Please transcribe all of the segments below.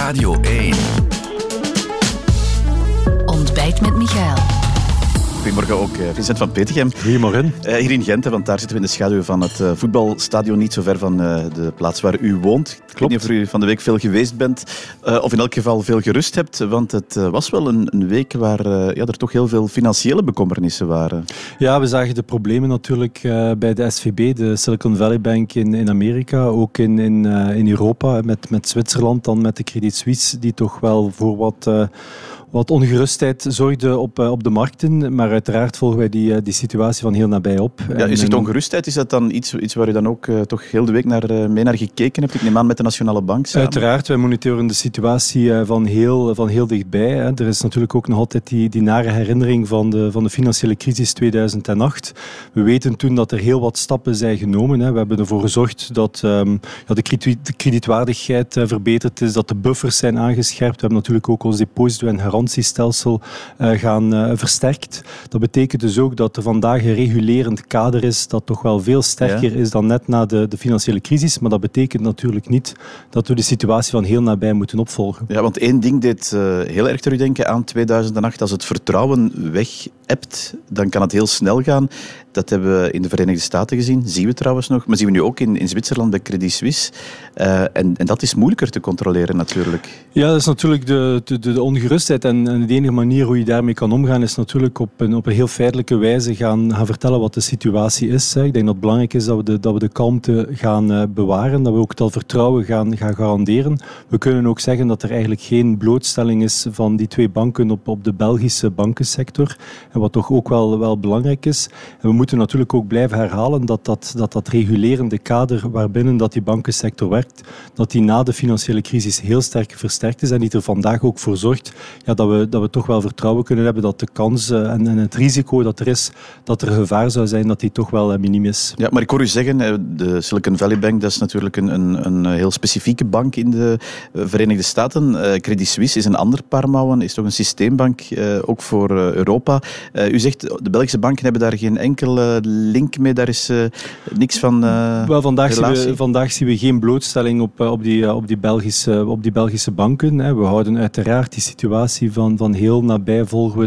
Radio 1. Ontbijt met Michael. Goedemorgen ook Vincent van Petegem. Goedemorgen. Hier in Gent, want daar zitten we in de schaduw van het voetbalstadion, niet zo ver van de plaats waar u woont. Ik weet niet of u van de week veel geweest bent, of in elk geval veel gerust hebt, want het was wel een week waar er toch heel veel financiële bekommernissen waren. Ja, we zagen de problemen natuurlijk bij de SVB, de Silicon Valley Bank in Amerika, ook in Europa, met Zwitserland, dan met de Credit Suisse, die toch wel voor wat ongerustheid zorgde op de markten. Maar uiteraard volgen wij die situatie van heel nabij op. Ja, u zegt ongerustheid. Is dat dan iets waar u dan ook toch heel de week mee naar gekeken hebt? Ik neem aan met de Nationale Bank samen. Uiteraard, wij monitoren de situatie van heel dichtbij. Hè. Er is natuurlijk ook nog altijd die nare herinnering van de financiële crisis 2008. We weten toen dat er heel wat stappen zijn genomen. Hè. We hebben ervoor gezorgd dat de kredietwaardigheid verbeterd is, dat de buffers zijn aangescherpt. We hebben natuurlijk ook ons deposito- en garantiestelsel gaan versterkt. Dat betekent dus ook dat er vandaag een regulerend kader is dat toch wel veel sterker is dan net na de financiële crisis. Maar dat betekent natuurlijk niet dat we de situatie van heel nabij moeten opvolgen. Ja, want één ding deed heel erg terug denken aan 2008. Als het vertrouwen weg hebt, dan kan het heel snel gaan. Dat hebben we in de Verenigde Staten gezien, zien we trouwens nog. Maar zien we nu ook in Zwitserland bij Credit Suisse. En dat is moeilijker te controleren natuurlijk. Ja, dat is natuurlijk de ongerustheid. En de enige manier hoe je daarmee kan omgaan is natuurlijk op een heel feitelijke wijze gaan vertellen wat de situatie is. Ik denk dat het belangrijk is dat we de kalmte gaan bewaren. Dat we ook dat vertrouwen gaan garanderen. We kunnen ook zeggen dat er eigenlijk geen blootstelling is van die twee banken op de Belgische bankensector. En wat toch ook wel belangrijk is. En we moeten natuurlijk ook blijven herhalen dat regulerende kader waarbinnen dat die bankensector werkt, dat die na de financiële crisis heel sterk versterkt is en die er vandaag ook voor zorgt dat we toch wel vertrouwen kunnen hebben dat de kans en het risico dat er is, dat er gevaar zou zijn, dat die toch wel minim is. Ja, maar ik hoor u zeggen, de Silicon Valley Bank, dat is natuurlijk een heel specifieke bank in de Verenigde Staten. Credit Suisse is een ander paar mouwen, is toch een systeembank, ook voor Europa. U zegt, de Belgische banken hebben daar geen enkele link mee, daar is niks van wel, vandaag zien we geen blootstelling op die Belgische banken. We houden uiteraard die situatie van heel nabij volgen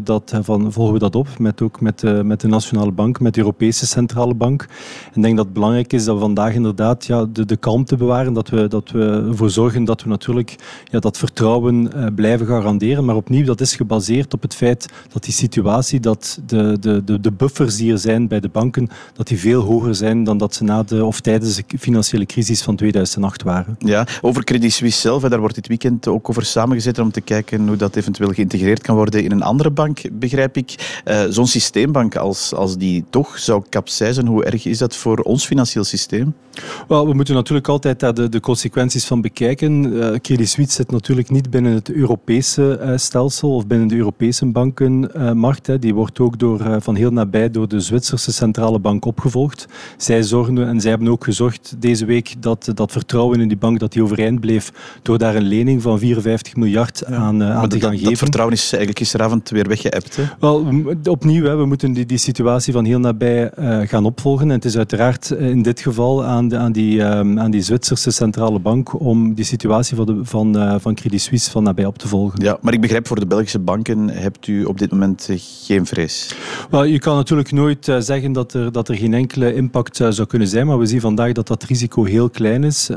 we dat op, met de Nationale Bank, met de Europese Centrale Bank. En ik denk dat het belangrijk is dat we vandaag inderdaad de kalmte bewaren, dat we ervoor zorgen dat we natuurlijk dat vertrouwen blijven garanderen. Maar opnieuw, dat is gebaseerd op het feit dat die situatie, dat de buffers die er zijn bij de banken, dat die veel hoger zijn dan dat ze tijdens de financiële crisis van 2008 waren. Ja, over Credit Suisse zelf, daar wordt dit weekend ook over samengezeten om te kijken hoe dat eventueel geïntegreerd kan worden in een andere bank, begrijp ik. Zo'n systeembank, als die toch zou capseizen, hoe erg is dat voor ons financieel systeem? Wel, we moeten natuurlijk altijd daar de consequenties van bekijken. Credit Suisse zit natuurlijk niet binnen het Europese stelsel of binnen de Europese bankenmarkt. Die wordt ook van heel nabij door de Zwitserse Centrale Bank opgevolgd. Zij zorgden en zij hebben ook gezorgd deze week dat vertrouwen in die bank dat die overeind bleef door daar een lening van 54 miljard aan te gaan geven. Dat vertrouwen is eigenlijk gisteravond weer weggeëpt. Hè? Wel, opnieuw, we moeten die situatie van heel nabij gaan opvolgen. En het is uiteraard in dit geval aan die Zwitserse Centrale Bank om die situatie van Credit Suisse van nabij op te volgen. Ja, maar ik begrijp, voor de Belgische banken hebt u op dit moment geen vrees. Wel, je kan natuurlijk nooit zeggen dat er geen enkele impact zou kunnen zijn, maar we zien vandaag dat risico heel klein is.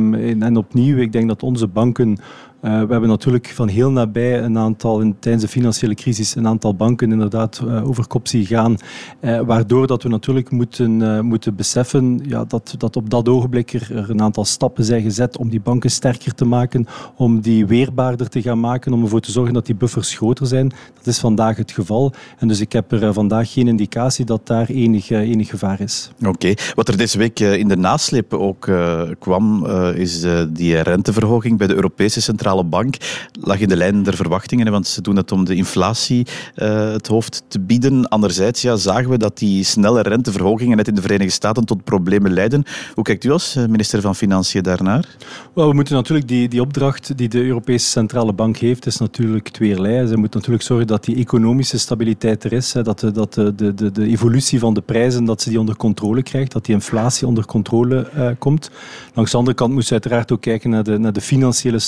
En opnieuw, ik denk dat onze banken... we hebben natuurlijk van heel nabij tijdens de financiële crisis een aantal banken inderdaad over kop zien gaan, waardoor dat we natuurlijk moeten beseffen dat op dat ogenblik er een aantal stappen zijn gezet om die banken sterker te maken, om die weerbaarder te gaan maken, om ervoor te zorgen dat die buffers groter zijn. Dat is vandaag het geval. En dus ik heb er vandaag geen indicatie dat daar enig gevaar is. Oké. Wat er deze week in de nasleep ook kwam, is die renteverhoging bij de Europese Centrale Bank. Lag in de lijn der verwachtingen, want ze doen het om de inflatie het hoofd te bieden. Anderzijds zagen we dat die snelle renteverhogingen net in de Verenigde Staten tot problemen leiden. Hoe kijkt u als minister van Financiën daarnaar? Wel, we moeten natuurlijk die opdracht die de Europese Centrale Bank heeft, is natuurlijk tweerlei. Ze moet natuurlijk zorgen dat die economische stabiliteit er is, dat de evolutie van de prijzen dat ze die onder controle krijgt, dat die inflatie onder controle komt. Langs de andere kant moet ze uiteraard ook kijken naar de financiële stabiliteit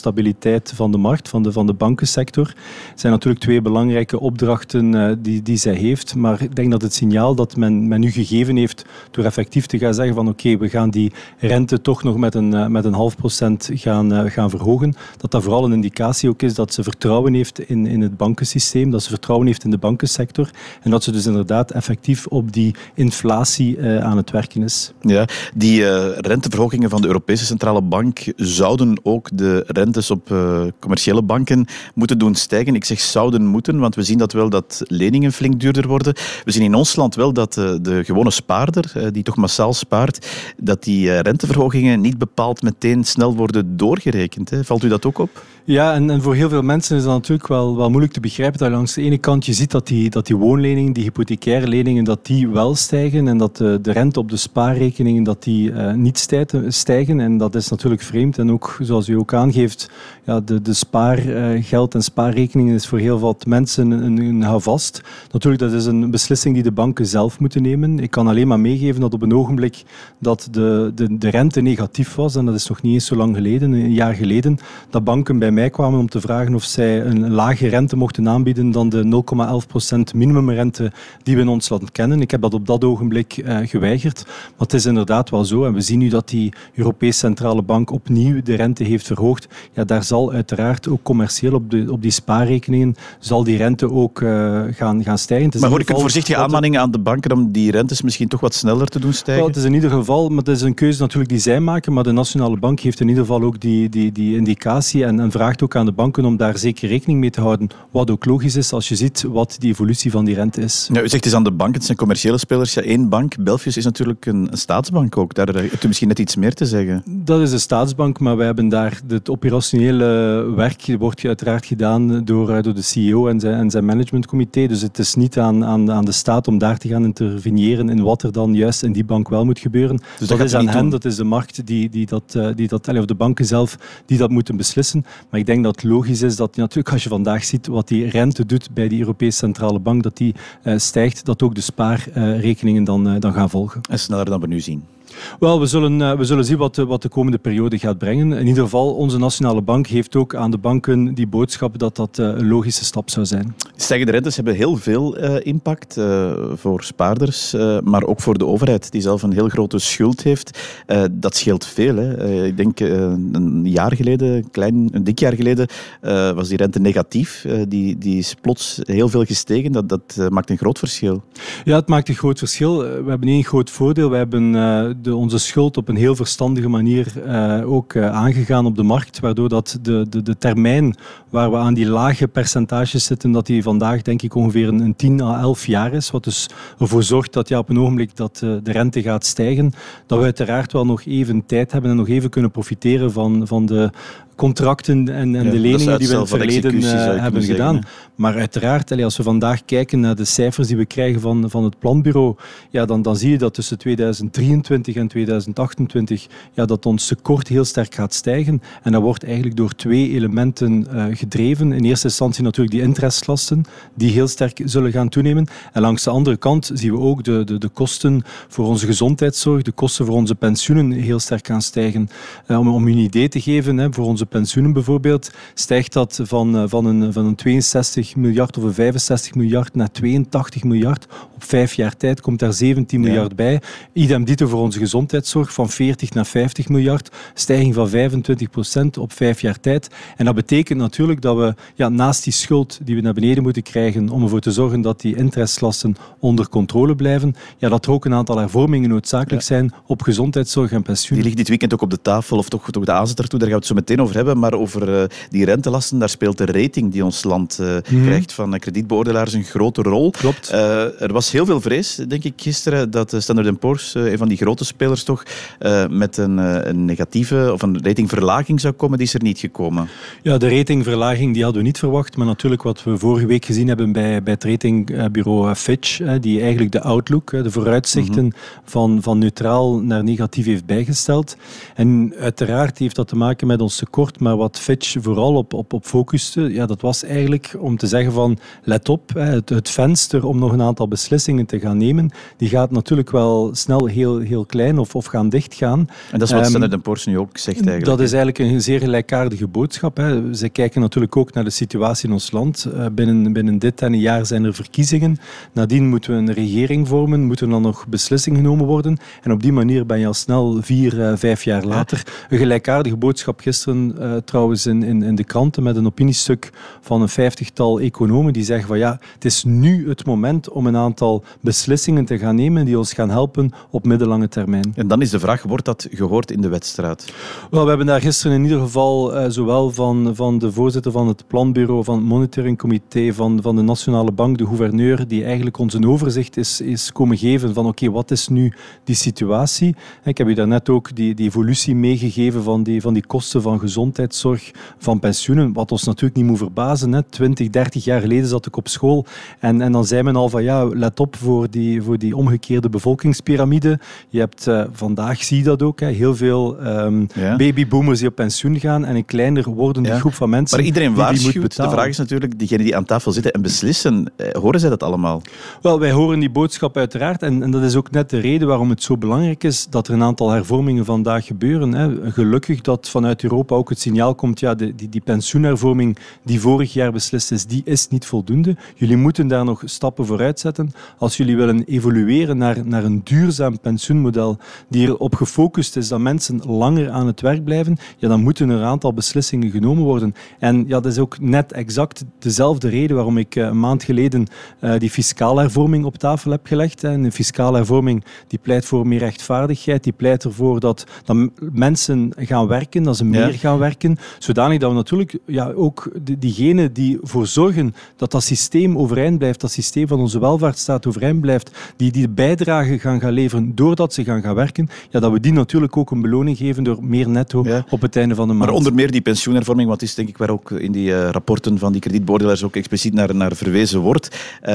liquiditeit van de markt, van de bankensector. Het zijn natuurlijk twee belangrijke opdrachten die zij heeft, maar ik denk dat het signaal dat men nu gegeven heeft door effectief te gaan zeggen van oké, we gaan die rente toch nog met een 0,5% gaan verhogen, dat vooral een indicatie ook is dat ze vertrouwen heeft in het bankensysteem, dat ze vertrouwen heeft in de bankensector en dat ze dus inderdaad effectief op die inflatie aan het werken is. Ja, die renteverhogingen van de Europese Centrale Bank zouden ook de rentes op commerciële banken moeten doen stijgen. Ik zeg zouden moeten, want we zien dat wel dat leningen flink duurder worden. We zien in ons land wel dat de gewone spaarder, die toch massaal spaart, dat die renteverhogingen niet bepaald meteen snel worden doorgerekend. Hè. Valt u dat ook op? Ja, en voor heel veel mensen is dat natuurlijk wel moeilijk te begrijpen. Dat langs de ene kant je ziet dat die woonleningen, die hypothecaire leningen, dat die wel stijgen en dat de rente op de spaarrekeningen dat die niet stijgen. En dat is natuurlijk vreemd. En ook, zoals u ook aangeeft, ja, de spaargeld en spaarrekeningen is voor heel wat mensen een houvast. Natuurlijk, dat is een beslissing die de banken zelf moeten nemen. Ik kan alleen maar meegeven dat op een ogenblik dat de rente negatief was, en dat is nog niet eens zo lang geleden, een jaar geleden, dat banken bij mij kwamen om te vragen of zij een lage rente mochten aanbieden dan de 0,11% minimumrente die we in ons land kennen. Ik heb dat op dat ogenblik geweigerd. Maar het is inderdaad wel zo. En we zien nu dat die Europese Centrale Bank opnieuw de rente heeft verhoogd. Ja, daar zal uiteraard ook commercieel op die spaarrekeningen zal die rente ook gaan stijgen. Maar hoor ik een voorzichtige aanmaning aan de banken om die rentes misschien toch wat sneller te doen stijgen? Wel, het is in ieder geval, maar het is een keuze natuurlijk die zij maken, maar de Nationale Bank heeft in ieder geval ook die indicatie en vraagt ook aan de banken om daar zeker rekening mee te houden. Wat ook logisch is als je ziet wat die evolutie van die rente is. Ja, u zegt het is aan de banken, het zijn commerciële spelers. Ja, één bank, Belfius, is natuurlijk een staatsbank ook. Daar hebt u misschien net iets meer te zeggen. Dat is de staatsbank, maar wij hebben daar het operationele werk wordt uiteraard gedaan door de CEO en zijn managementcomité. Dus het is niet aan de staat om daar te gaan interveneren in wat er dan juist in die bank wel moet gebeuren. Dus dat is aan hen, dat is de markt of de banken zelf die dat moeten beslissen. Maar ik denk dat het logisch is dat natuurlijk als je vandaag ziet wat die rente doet bij die Europese Centrale Bank, dat die stijgt, dat ook de spaarrekeningen dan gaan volgen. En sneller dan we nu zien. Wel, we zullen zien wat de komende periode gaat brengen. In ieder geval, onze Nationale Bank heeft ook aan de banken die boodschap dat een logische stap zou zijn. Stijgende rentes hebben heel veel impact voor spaarders, maar ook voor de overheid, die zelf een heel grote schuld heeft. Dat scheelt veel. Hè. Ik denk een dik jaar geleden was die rente negatief. Die is plots heel veel gestegen. Dat maakt een groot verschil. Ja, het maakt een groot verschil. We hebben één groot voordeel. We hebben onze schuld op een heel verstandige manier ook aangegaan op de markt, waardoor dat de termijn waar we aan die lage percentages zitten, dat die vandaag denk ik ongeveer een 10 à 11 jaar is, wat dus ervoor zorgt dat op een ogenblik dat de rente gaat stijgen, dat we uiteraard wel nog even tijd hebben en nog even kunnen profiteren van de contracten en de leningen die we in het verleden hebben gedaan. Hè. Maar uiteraard, als we vandaag kijken naar de cijfers die we krijgen van het planbureau, ja, dan zie je dat tussen 2023 en 2028 dat ons tekort heel sterk gaat stijgen. En dat wordt eigenlijk door twee elementen gedreven. In eerste instantie natuurlijk die interestlasten, die heel sterk zullen gaan toenemen. En langs de andere kant zien we ook de kosten voor onze gezondheidszorg, de kosten voor onze pensioenen heel sterk gaan stijgen. Om u een idee te geven, voor onze pensioenen bijvoorbeeld, stijgt dat van een 62 miljard of een 65 miljard naar 82 miljard. Op 5 jaar tijd komt daar 17 miljard bij. Idem dito voor onze gezondheidszorg, van 40 naar 50 miljard. Stijging van 25% op 5 jaar tijd. En dat betekent natuurlijk dat we naast die schuld die we naar beneden moeten krijgen om ervoor te zorgen dat die interestlasten onder controle blijven, dat er ook een aantal hervormingen noodzakelijk zijn op gezondheidszorg en pensioen. Die ligt dit weekend ook op de tafel, of toch de aanzet ertoe, daar gaan we het zo meteen over hebben. Maar over die rentelasten, daar speelt de rating die ons land krijgt van kredietbeoordelaars een grote rol. Klopt. Er was heel veel vrees, denk ik, gisteren, dat Standard & Poor's, een van die grote spelers toch, met een negatieve of een ratingverlaging zou komen. Die is er niet gekomen. Ja, de ratingverlaging die hadden we niet verwacht, maar natuurlijk wat we vorige week gezien hebben bij het ratingbureau Fitch, die eigenlijk de outlook, de vooruitzichten van neutraal naar negatief heeft bijgesteld. En uiteraard heeft dat te maken met ons tekort rapport, maar wat Fitch vooral op focuste, ja, dat was eigenlijk om te zeggen van, let op, het venster om nog een aantal beslissingen te gaan nemen, die gaat natuurlijk wel snel heel klein of gaan dichtgaan. En dat is wat Standard & Poor's nu ook zegt eigenlijk. Dat is eigenlijk een zeer gelijkaardige boodschap. Hè. Ze kijken natuurlijk ook naar de situatie in ons land. Binnen dit en een jaar zijn er verkiezingen. Nadien moeten we een regering vormen, moeten er dan nog beslissingen genomen worden. En op die manier ben je al snel 4-5 jaar later. Een gelijkaardige boodschap gisteren trouwens in de kranten met een opiniestuk van een 50-tal economen die zeggen van ja, het is nu het moment om een aantal beslissingen te gaan nemen die ons gaan helpen op middellange termijn. En dan is de vraag, wordt dat gehoord in de wedstrijd? Wel, we hebben daar gisteren in ieder geval zowel van de voorzitter van het planbureau, van het monitoringcomité, van de Nationale Bank, de gouverneur, die eigenlijk ons een overzicht is komen geven van oké, wat is nu die situatie? Ik heb u daarnet ook die evolutie meegegeven van die kosten van gezondheidszorg, van pensioenen, wat ons natuurlijk niet moet verbazen. 20, 30 jaar geleden zat ik op school en dan zei men al van ja, let op voor die omgekeerde bevolkingspyramide. Je hebt, vandaag zie je dat ook, heel veel babyboomers die op pensioen gaan en een kleiner wordende groep van mensen. Maar iedereen die waarschuwt. moet betalen. De vraag is natuurlijk, diegenen die aan tafel zitten en beslissen, horen zij dat allemaal? Wel, wij horen die boodschap uiteraard en dat is ook net de reden waarom het zo belangrijk is dat er een aantal hervormingen vandaag gebeuren. Hè. Gelukkig dat vanuit Europa ook het signaal komt, ja, die pensioenhervorming die vorig jaar beslist is, die is niet voldoende. Jullie moeten daar nog stappen vooruit zetten. Als jullie willen evolueren naar een duurzaam pensioenmodel die erop gefocust is dat mensen langer aan het werk blijven, ja, dan moeten er een aantal beslissingen genomen worden. En ja, dat is ook net exact dezelfde reden waarom ik een maand geleden die fiscale hervorming op tafel heb gelegd. En een fiscale hervorming die pleit voor meer rechtvaardigheid, die pleit ervoor dat mensen gaan werken, dat ze meer gaan werken, zodanig dat we natuurlijk ook diegenen die ervoor zorgen dat dat systeem overeind blijft, dat systeem van onze welvaartsstaat overeind blijft, die de bijdrage gaan leveren doordat ze gaan werken, ja, dat we die natuurlijk ook een beloning geven door meer netto op het einde van de maand. Maar onder meer die pensioenhervorming, wat is denk ik waar ook in die rapporten van die kredietbeoordelaars ook expliciet naar verwezen wordt.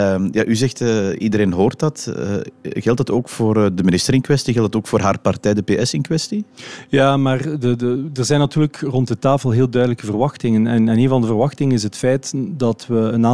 U zegt iedereen hoort dat. Geldt dat ook voor de minister in kwestie? Geldt dat ook voor haar partij, de PS in kwestie? Ja, maar er zijn natuurlijk rond de tafel heel duidelijke verwachtingen. En een van de verwachtingen is het feit dat we een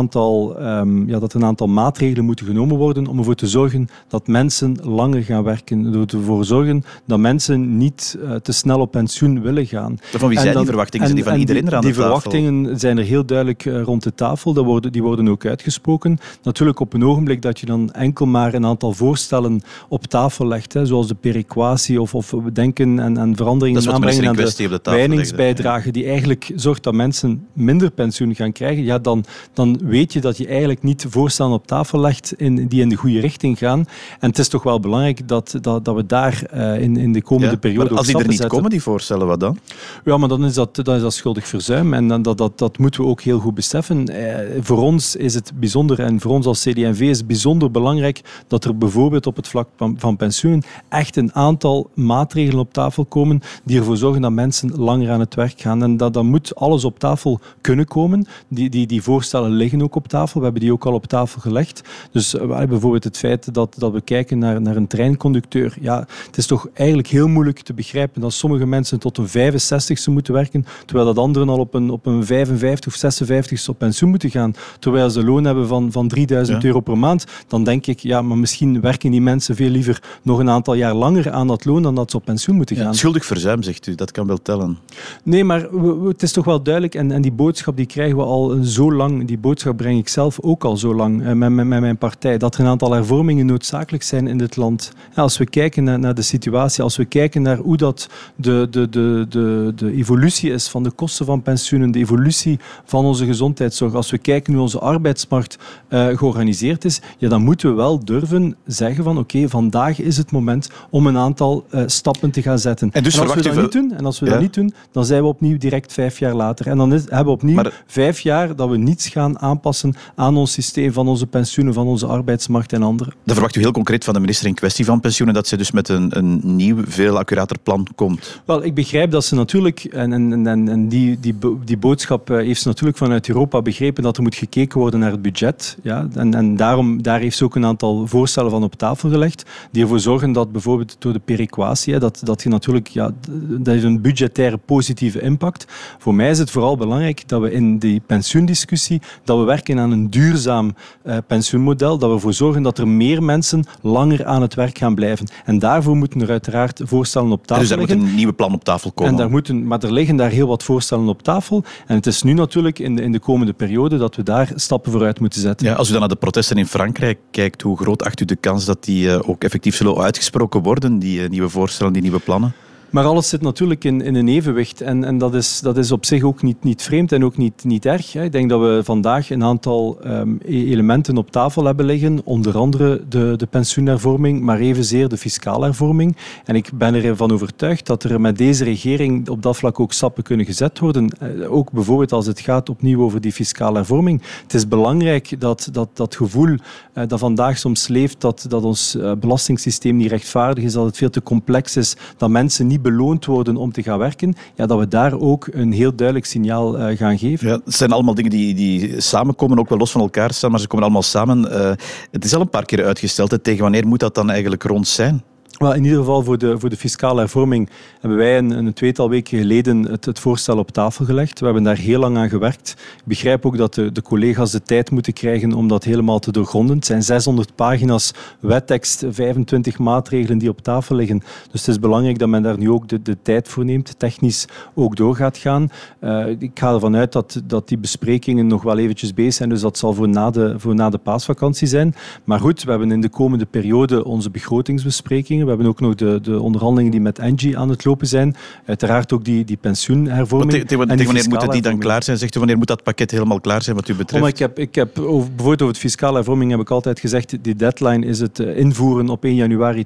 aantal maatregelen moeten genomen worden om ervoor te zorgen dat mensen langer gaan werken. Door ervoor te zorgen dat mensen niet te snel op pensioen willen gaan. Van wie zijn die verwachtingen? Zijn die van iedereen er aan de tafel? Die verwachtingen zijn er heel duidelijk rond de tafel. Die worden ook uitgesproken. Natuurlijk op een ogenblik dat je dan enkel maar een aantal voorstellen op tafel legt, zoals de perequatie of we denken en veranderingen aanbrengen aan de wijningsbijdrage, die eigenlijk zorgt dat mensen minder pensioen gaan krijgen, ja, dan weet je dat je eigenlijk niet voorstellen op tafel legt die in de goede richting gaan. En het is toch wel belangrijk dat we daar in de komende periode maar als die er niet zetten. komen, die voorstellen, wat dan? Ja, maar dan is dat schuldig verzuim en dat moeten we ook heel goed beseffen. Voor ons is het bijzonder en voor ons als CD&V is het bijzonder belangrijk dat er bijvoorbeeld op het vlak van pensioenen echt een aantal maatregelen op tafel komen die ervoor zorgen dat mensen langer aan het werk gaan. En dat moet alles op tafel kunnen komen. Die voorstellen liggen ook op tafel. We hebben die ook al op tafel gelegd. Dus bijvoorbeeld het feit dat we kijken naar een treinconducteur. Ja, het is toch eigenlijk heel moeilijk te begrijpen dat sommige mensen tot een 65ste moeten werken, terwijl dat anderen al op een 55 of 56ste op pensioen moeten gaan. Terwijl ze loon hebben van €3.000 per maand. Dan denk ik, ja, maar misschien werken die mensen veel liever nog een aantal jaar langer aan dat loon dan dat ze op pensioen moeten gaan. Schuldig verzuim, zegt u. Dat kan wel tellen. Nee, maar het is toch wel duidelijk en die boodschap die krijgen we al zo lang. Die boodschap breng ik zelf ook al zo lang met mijn partij. Dat er een aantal hervormingen noodzakelijk zijn in dit land. Ja, als we kijken naar de situatie, als we kijken naar hoe dat de evolutie is van de kosten van pensioenen, de evolutie van onze gezondheidszorg, als we kijken hoe onze arbeidsmarkt georganiseerd is, ja, dan moeten we wel durven zeggen van oké, vandaag is het moment om een aantal stappen te gaan zetten. En, dus als we dat niet doen, dan zijn we opnieuw direct 5 jaar later. En dan hebben we opnieuw 5 jaar dat we niets gaan aanpassen aan ons systeem van onze pensioenen, van onze arbeidsmarkt en andere. Dan verwacht u heel concreet van de minister in kwestie van pensioenen dat zij dus met een nieuw, veel accurater plan komt. Wel, ik begrijp dat ze natuurlijk, en die boodschap heeft ze natuurlijk vanuit Europa begrepen, dat er moet gekeken worden naar het budget. Ja? En daar heeft ze ook een aantal voorstellen van op tafel gelegd, die ervoor zorgen dat bijvoorbeeld door de perequatie, dat je natuurlijk, ja, dat is een budgettaire positiviteit positieve impact. Voor mij is het vooral belangrijk dat we in die pensioendiscussie dat we werken aan een duurzaam pensioenmodel, dat we ervoor zorgen dat er meer mensen langer aan het werk gaan blijven. En daarvoor moeten er uiteraard voorstellen op tafel liggen. Dus er moet een nieuwe plan op tafel komen. Maar er liggen daar heel wat voorstellen op tafel. En het is nu natuurlijk in de komende periode dat we daar stappen vooruit moeten zetten. Ja, als u dan naar de protesten in Frankrijk kijkt, hoe groot acht u de kans dat die ook effectief zullen uitgesproken worden, die nieuwe voorstellen, die nieuwe plannen? Maar alles zit natuurlijk in een evenwicht en dat is op zich ook niet vreemd en ook niet erg. Ik denk dat we vandaag een aantal elementen op tafel hebben liggen, onder andere de pensioenhervorming, maar evenzeer de fiscale hervorming. En ik ben ervan overtuigd dat er met deze regering op dat vlak ook stappen kunnen gezet worden. Ook bijvoorbeeld als het gaat opnieuw over die fiscale hervorming. Het is belangrijk dat gevoel dat vandaag soms leeft, dat ons belastingssysteem niet rechtvaardig is, dat het veel te complex is, dat mensen niet beloond worden om te gaan werken, dat we daar ook een heel duidelijk signaal gaan geven. Ja, het zijn allemaal dingen die samenkomen, ook wel los van elkaar staan, maar ze komen allemaal samen. Het is al een paar keer uitgesteld. Tegen wanneer moet dat dan eigenlijk rond zijn? Wel, in ieder geval voor de fiscale hervorming hebben wij een tweetal weken geleden het voorstel op tafel gelegd. We hebben daar heel lang aan gewerkt. Ik begrijp ook dat de collega's de tijd moeten krijgen om dat helemaal te doorgronden. Het zijn 600 pagina's wettekst, 25 maatregelen die op tafel liggen. Dus het is belangrijk dat men daar nu ook de tijd voor neemt, technisch ook door gaat gaan. Ik ga ervan uit dat die besprekingen nog wel eventjes bezig zijn, dus dat zal voor na de paasvakantie zijn. Maar goed, we hebben in de komende periode onze begrotingsbesprekingen. We hebben ook nog de onderhandelingen die met Engie aan het lopen zijn. Uiteraard ook die pensioenhervorming. Tegen wanneer moeten die dan klaar zijn? Zegt u, wanneer moet dat pakket helemaal klaar zijn wat u betreft? Ik heb bijvoorbeeld over het fiscale hervorming heb ik altijd gezegd, die deadline is het invoeren op 1 januari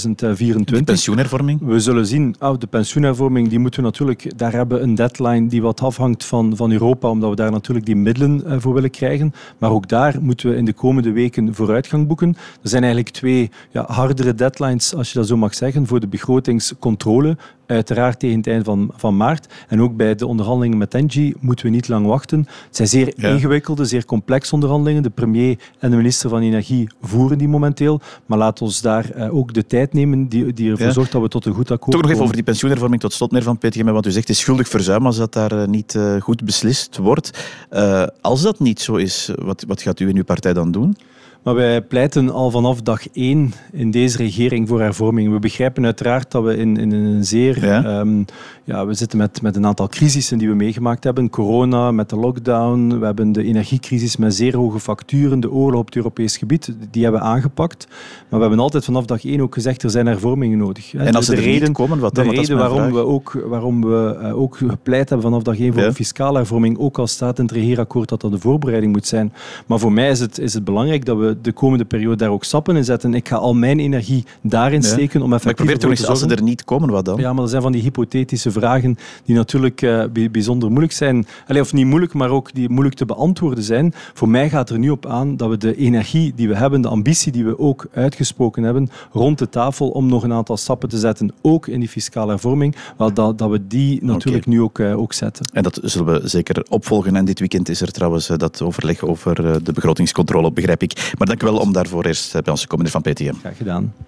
2024. De pensioenhervorming? We zullen zien. De pensioenhervorming, die moeten we natuurlijk, daar hebben een deadline die wat afhangt van Europa, omdat we daar natuurlijk die middelen voor willen krijgen. Maar ook daar moeten we in de komende weken vooruitgang boeken. Er zijn eigenlijk twee hardere deadlines, als je dat zo mag zeggen, voor de begrotingscontrole. Uiteraard tegen het einde van maart. En ook bij de onderhandelingen met Engie moeten we niet lang wachten. Het zijn zeer ingewikkelde, zeer complexe onderhandelingen. De premier en de minister van Energie voeren die momenteel. Maar laat ons daar ook de tijd nemen die ervoor zorgt dat we tot een goed akkoord komen. Toch nog even over die pensioenhervorming tot slot, meneer Van Petegem. Want u zegt het is schuldig verzuim als dat daar niet goed beslist wordt. Als dat niet zo is, wat gaat u en uw partij dan doen? Maar wij pleiten al vanaf dag 1 in deze regering voor hervorming. We begrijpen uiteraard dat we in een zeer... we zitten met een aantal crisissen die we meegemaakt hebben. Corona, met de lockdown. We hebben de energiecrisis met zeer hoge facturen. De oorlog op het Europees gebied. Die hebben we aangepakt. Maar we hebben altijd vanaf dag 1 ook gezegd, er zijn hervormingen nodig. En als ze er niet komen, wat dan? De reden waarom we ook gepleit hebben vanaf dag 1 voor een fiscale hervorming, ook al staat in het regeerakkoord dat de voorbereiding moet zijn. Maar voor mij is het belangrijk dat we de komende periode daar ook stappen in zetten. Ik ga al mijn energie daarin steken om effectief te zorgen. Als ze er niet komen, wat dan? Ja, maar dat zijn van die hypothetische vragen die natuurlijk bijzonder moeilijk zijn. Of niet moeilijk, maar ook die moeilijk te beantwoorden zijn. Voor mij gaat er nu op aan dat we de energie die we hebben, de ambitie die we ook uitgesproken hebben, rond de tafel om nog een aantal stappen te zetten, ook in die fiscale hervorming, dat we die natuurlijk nu ook zetten. En dat zullen we zeker opvolgen. En dit weekend is er trouwens dat overleg over de begrotingscontrole, begrijp ik. Maar dank u wel om daarvoor eerst bij ons te komen, meneer Van Petegem. Graag gedaan.